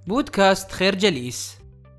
بودكاست خير جليس.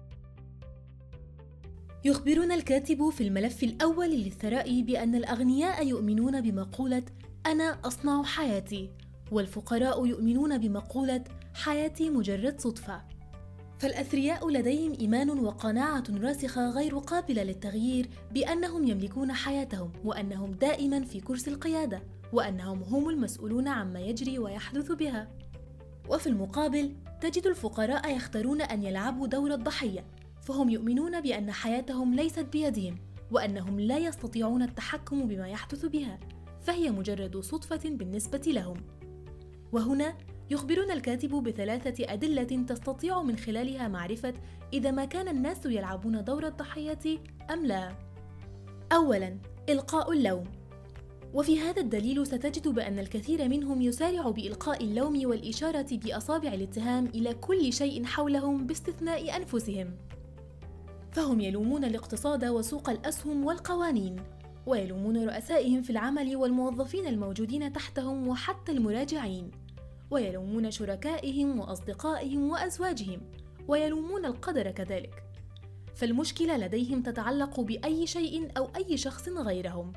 يخبرنا الكاتب في الملف الأول للثراء بأن الأغنياء يؤمنون بمقولة أنا أصنع حياتي، والفقراء يؤمنون بمقولة حياتي مجرد صدفة. فالأثرياء لديهم إيمان وقناعة راسخة غير قابلة للتغيير بأنهم يملكون حياتهم، وأنهم دائما في كرسي القيادة، وأنهم هم المسؤولون عما يجري ويحدث بها. وفي المقابل تجد الفقراء يختارون أن يلعبوا دور الضحية، فهم يؤمنون بأن حياتهم ليست بيدهم، وأنهم لا يستطيعون التحكم بما يحدث بها، فهي مجرد صدفة بالنسبة لهم. وهنا يخبرنا الكاتب بثلاثة أدلة تستطيع من خلالها معرفة إذا ما كان الناس يلعبون دور الضحية أم لا. أولاً، إلقاء اللوم. وفي هذا الدليل ستجد بأن الكثير منهم يسارع بإلقاء اللوم والإشارة بأصابع الاتهام إلى كل شيء حولهم باستثناء أنفسهم. فهم يلومون الاقتصاد وسوق الأسهم والقوانين، ويلومون رؤسائهم في العمل والموظفين الموجودين تحتهم وحتى المراجعين، ويلومون شركائهم وأصدقائهم وأزواجهم، ويلومون القدر كذلك. فالمشكلة لديهم تتعلق بأي شيء أو أي شخص غيرهم.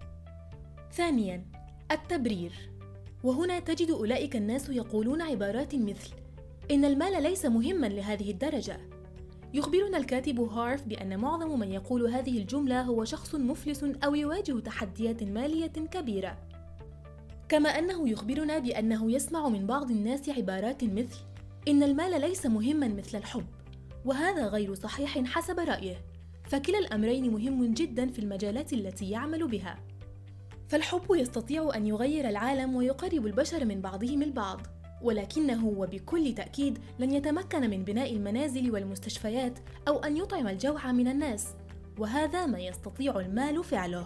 ثانياً، التبرير. وهنا تجد أولئك الناس يقولون عبارات مثل إن المال ليس مهماً لهذه الدرجة. يخبرنا الكاتب هارف بأن معظم من يقول هذه الجملة هو شخص مفلس أو يواجه تحديات مالية كبيرة. كما أنه يخبرنا بأنه يسمع من بعض الناس عبارات مثل إن المال ليس مهماً مثل الحب، وهذا غير صحيح حسب رأيه، فكلا الأمرين مهم جداً في المجالات التي يعمل بها. فالحب يستطيع أن يغير العالم ويقرب البشر من بعضهم البعض، ولكنه وبكل تأكيد لن يتمكن من بناء المنازل والمستشفيات أو أن يطعم الجوع من الناس، وهذا ما يستطيع المال فعله.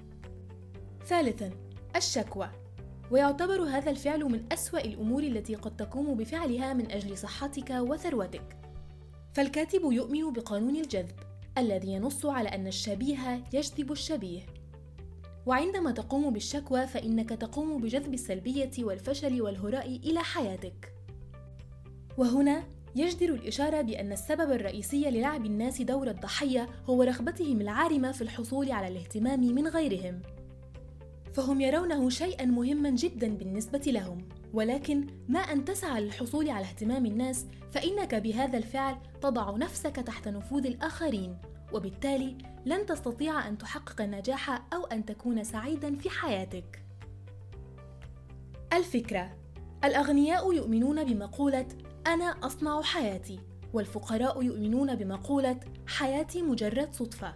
ثالثاً، الشكوى. ويعتبر هذا الفعل من أسوأ الأمور التي قد تقوم بفعلها من أجل صحتك وثروتك. فالكاتب يؤمن بقانون الجذب الذي ينص على أن الشبيه يجذب الشبيه، وعندما تقوم بالشكوى فإنك تقوم بجذب السلبية والفشل والهراء إلى حياتك. وهنا يجدر الإشارة بأن السبب الرئيسي للعب الناس دور الضحية هو رغبتهم العارمة في الحصول على الاهتمام من غيرهم، فهم يرونه شيئاً مهماً جداً بالنسبة لهم، ولكن ما أن تسعى للحصول على اهتمام الناس فإنك بهذا الفعل تضع نفسك تحت نفوذ الآخرين، وبالتالي لن تستطيع أن تحقق النجاح أو أن تكون سعيداً في حياتك. الفكرة: الأغنياء يؤمنون بمقولة أنا أصنع حياتي، والفقراء يؤمنون بمقولة حياتي مجرد صدفة.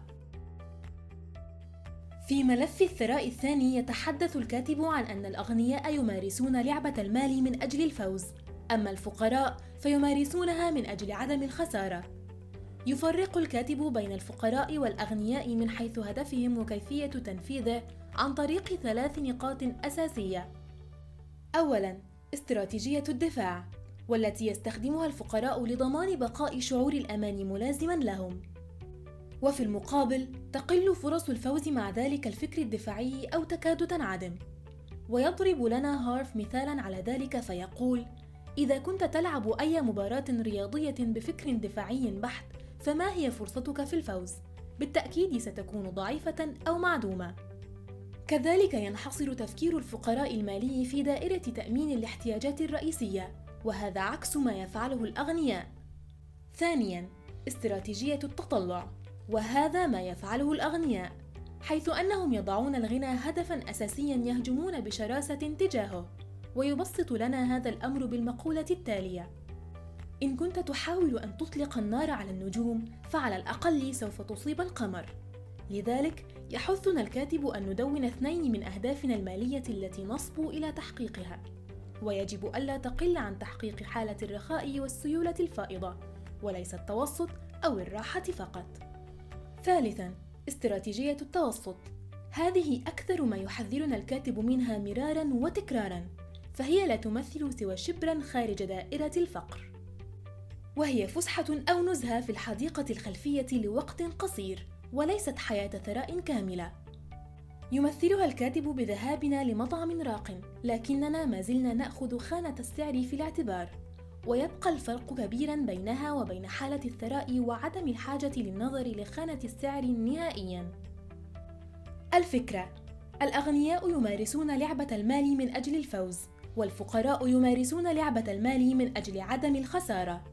في ملف الثراء الثاني يتحدث الكاتب عن أن الأغنياء يمارسون لعبة المال من أجل الفوز، أما الفقراء فيمارسونها من أجل عدم الخسارة. يفرق الكاتب بين الفقراء والأغنياء من حيث هدفهم وكيفية تنفيذه عن طريق 3 نقاط أساسية. أولاً، استراتيجية الدفاع، والتي يستخدمها الفقراء لضمان بقاء شعور الأمان ملازماً لهم. وفي المقابل تقل فرص الفوز مع ذلك الفكر الدفاعي أو تكاد تنعدم. ويضرب لنا هارف مثالاً على ذلك فيقول: إذا كنت تلعب أي مباراة رياضية بفكر دفاعي بحت فما هي فرصتك في الفوز؟ بالتأكيد ستكون ضعيفة أو معدومة. كذلك ينحصر تفكير الفقراء المالي في دائرة تأمين الاحتياجات الرئيسية، وهذا عكس ما يفعله الأغنياء. ثانياً، استراتيجية التطلع، وهذا ما يفعله الأغنياء، حيث أنهم يضعون الغنى هدفاً أساسياً يهجمون بشراسة تجاهه. ويبسط لنا هذا الأمر بالمقولة التالية: إن كنت تحاول أن تطلق النار على النجوم فعلى الأقل سوف تصيب القمر. لذلك يحثنا الكاتب أن ندون 2 من أهدافنا المالية التي نصبو إلى تحقيقها، ويجب ألا تقل عن تحقيق حالة الرخاء والسيولة الفائضة، وليس التوسط أو الراحة فقط. ثالثاً، استراتيجية التوسط. هذه أكثر ما يحذرنا الكاتب منها مراراً وتكراراً، فهي لا تمثل سوى شبراً خارج دائرة الفقر، وهي فسحة أو نزهة في الحديقة الخلفية لوقت قصير، وليست حياة ثراء كاملة. يمثلها الكاتب بذهابنا لمطعم راق، لكننا ما زلنا نأخذ خانة السعر في الاعتبار، ويبقى الفرق كبيراً بينها وبين حالة الثراء وعدم الحاجة للنظر لخانة السعر نهائياً. الفكرة: الأغنياء يمارسون لعبة المال من أجل الفوز، والفقراء يمارسون لعبة المال من أجل عدم الخسارة.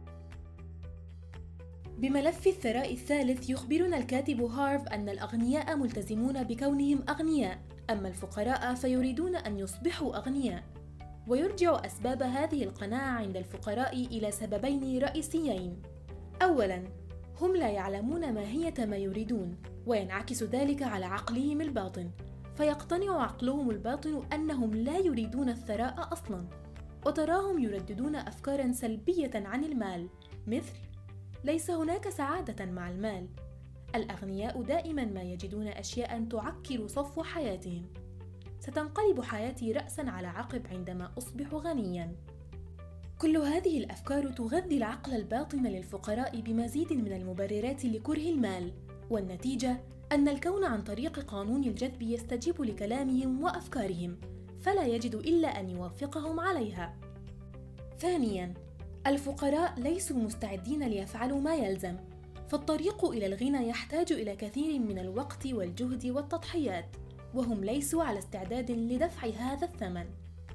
بملف الثراء الثالث يخبرنا الكاتب هارف أن الأغنياء ملتزمون بكونهم أغنياء، أما الفقراء فيريدون أن يصبحوا أغنياء. ويرجع أسباب هذه القناعة عند الفقراء إلى سببين رئيسيين. أولاً، هم لا يعلمون ماهية ما يريدون، وينعكس ذلك على عقلهم الباطن، فيقتنع عقلهم الباطن أنهم لا يريدون الثراء أصلاً، وتراهم يرددون أفكاراً سلبية عن المال، مثل: ليس هناك سعادة مع المال. الأغنياء دائماً ما يجدون أشياء تعكر صفو حياتهم. ستنقلب حياتي رأساً على عقب عندما أصبح غنياً. كل هذه الأفكار تغذي العقل الباطن للفقراء بمزيد من المبررات لكره المال، والنتيجة أن الكون عن طريق قانون الجذب يستجيب لكلامهم وأفكارهم، فلا يجد إلا أن يوافقهم عليها. ثانياً، الفقراء ليسوا مستعدين ليفعلوا ما يلزم، فالطريق إلى الغنى يحتاج إلى كثير من الوقت والجهد والتضحيات، وهم ليسوا على استعداد لدفع هذا الثمن.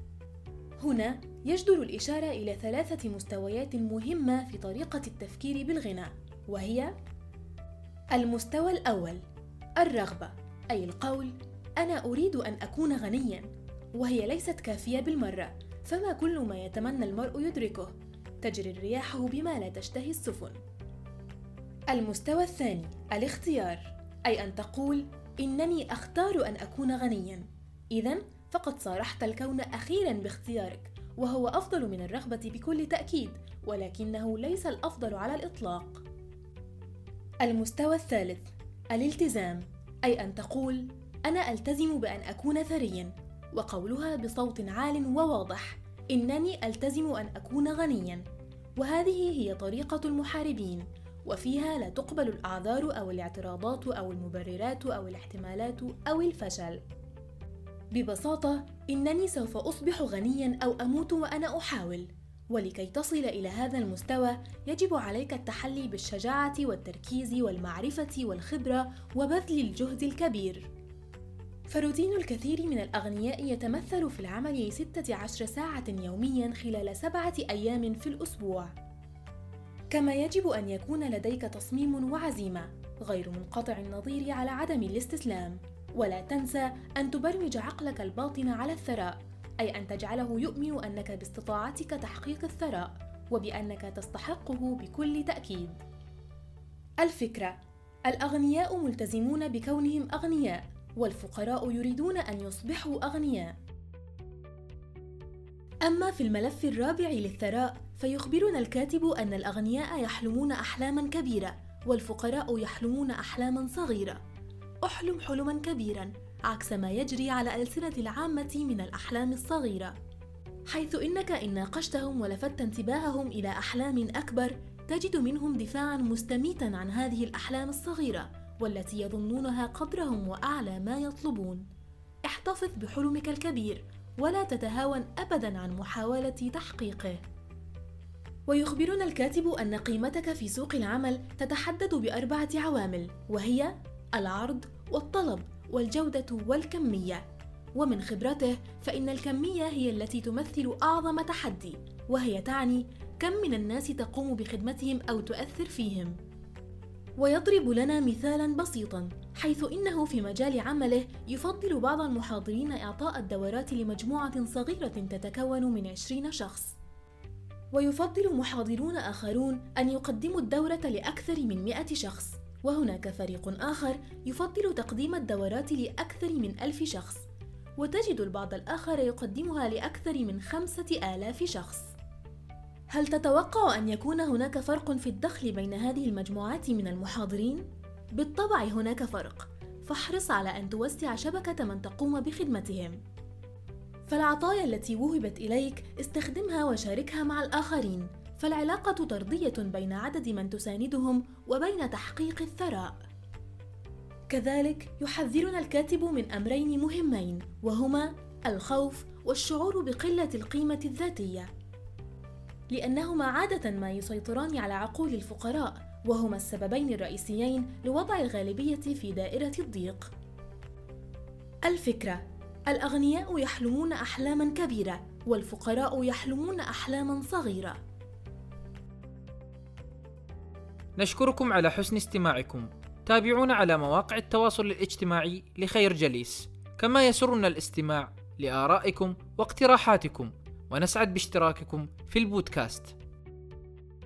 هنا يجدر الإشارة إلى 3 مستويات مهمة في طريقة التفكير بالغنى، وهي: المستوى الأول، الرغبة، أي القول أنا أريد أن أكون غنياً، وهي ليست كافية بالمرة، فما كل ما يتمنى المرء يدركه، تجري الرياح بما لا تشتهي السفن. المستوى الثاني، الاختيار، أي أن تقول إنني أختار أن أكون غنياً، إذن فقد صارحت الكون أخيراً باختيارك، وهو أفضل من الرغبة بكل تأكيد، ولكنه ليس الأفضل على الإطلاق. المستوى الثالث، الالتزام، أي أن تقول أنا ألتزم بأن أكون ثرياً، وقولها بصوت عال وواضح إنني ألتزم أن أكون غنياً، وهذه هي طريقة المحاربين، وفيها لا تقبل الأعذار أو الاعتراضات أو المبررات أو الاحتمالات أو الفشل. ببساطة، إنني سوف أصبح غنياً أو أموت وأنا أحاول. ولكي تصل إلى هذا المستوى يجب عليك التحلي بالشجاعة والتركيز والمعرفة والخبرة وبذل الجهد الكبير. فروتين الكثير من الأغنياء يتمثل في العمل 16 ساعة يومياً خلال 7 أيام في الأسبوع. كما يجب أن يكون لديك تصميم وعزيمة غير منقطع النظير على عدم الاستسلام، ولا تنسى أن تبرمج عقلك الباطن على الثراء، أي أن تجعله يؤمن أنك باستطاعتك تحقيق الثراء وبأنك تستحقه بكل تأكيد. الفكرة: الأغنياء ملتزمون بكونهم أغنياء، والفقراء يريدون أن يصبحوا أغنياء. أما في الملف الرابع للثراء فيخبرنا الكاتب أن الأغنياء يحلمون أحلاما كبيرة، والفقراء يحلمون أحلاما صغيرة. أحلم حلما كبيرا عكس ما يجري على ألسنة العامة من الأحلام الصغيرة، حيث إنك إن ناقشتهم ولفت انتباههم إلى أحلام أكبر تجد منهم دفاعا مستميتا عن هذه الأحلام الصغيرة والتي يظنونها قدرهم وأعلى ما يطلبون. احتفظ بحلمك الكبير ولا تتهاون أبدا عن محاولة تحقيقه. ويخبرنا الكاتب أن قيمتك في سوق العمل تتحدد ب4 عوامل، وهي العرض والطلب والجودة والكمية. ومن خبرته فإن الكمية هي التي تمثل أعظم تحدي، وهي تعني كم من الناس تقوم بخدمتهم أو تؤثر فيهم. ويضرب لنا مثالا بسيطا، حيث إنه في مجال عمله يفضل بعض المحاضرين إعطاء الدورات لمجموعة صغيرة تتكون من 20 شخص، ويفضل محاضرون آخرون أن يقدموا الدورة لأكثر من 100 شخص، وهناك فريق آخر يفضل تقديم الدورات لأكثر من 1000 شخص، وتجد البعض الآخر يقدمها لأكثر من 5000 شخص. هل تتوقع أن يكون هناك فرق في الدخل بين هذه المجموعات من المحاضرين؟ بالطبع هناك فرق، فاحرص على أن توسع شبكة من تقوم بخدمتهم. فالعطايا التي وهبت إليك استخدمها وشاركها مع الآخرين، فالعلاقة طردية بين عدد من تساندهم وبين تحقيق الثراء. كذلك يحذرنا الكاتب من أمرين مهمين، وهما الخوف والشعور بقلة القيمة الذاتية. لأنهما عادة ما يسيطران على عقول الفقراء، وهما السببين الرئيسيين لوضع الغالبية في دائرة الضيق. الفكرة: الأغنياء يحلمون أحلاما كبيرة، والفقراء يحلمون أحلاما صغيرة. نشكركم على حسن استماعكم. تابعونا على مواقع التواصل الاجتماعي لخير جليس، كما يسرنا الاستماع لآرائكم واقتراحاتكم، ونسعد باشتراككم في البودكاست.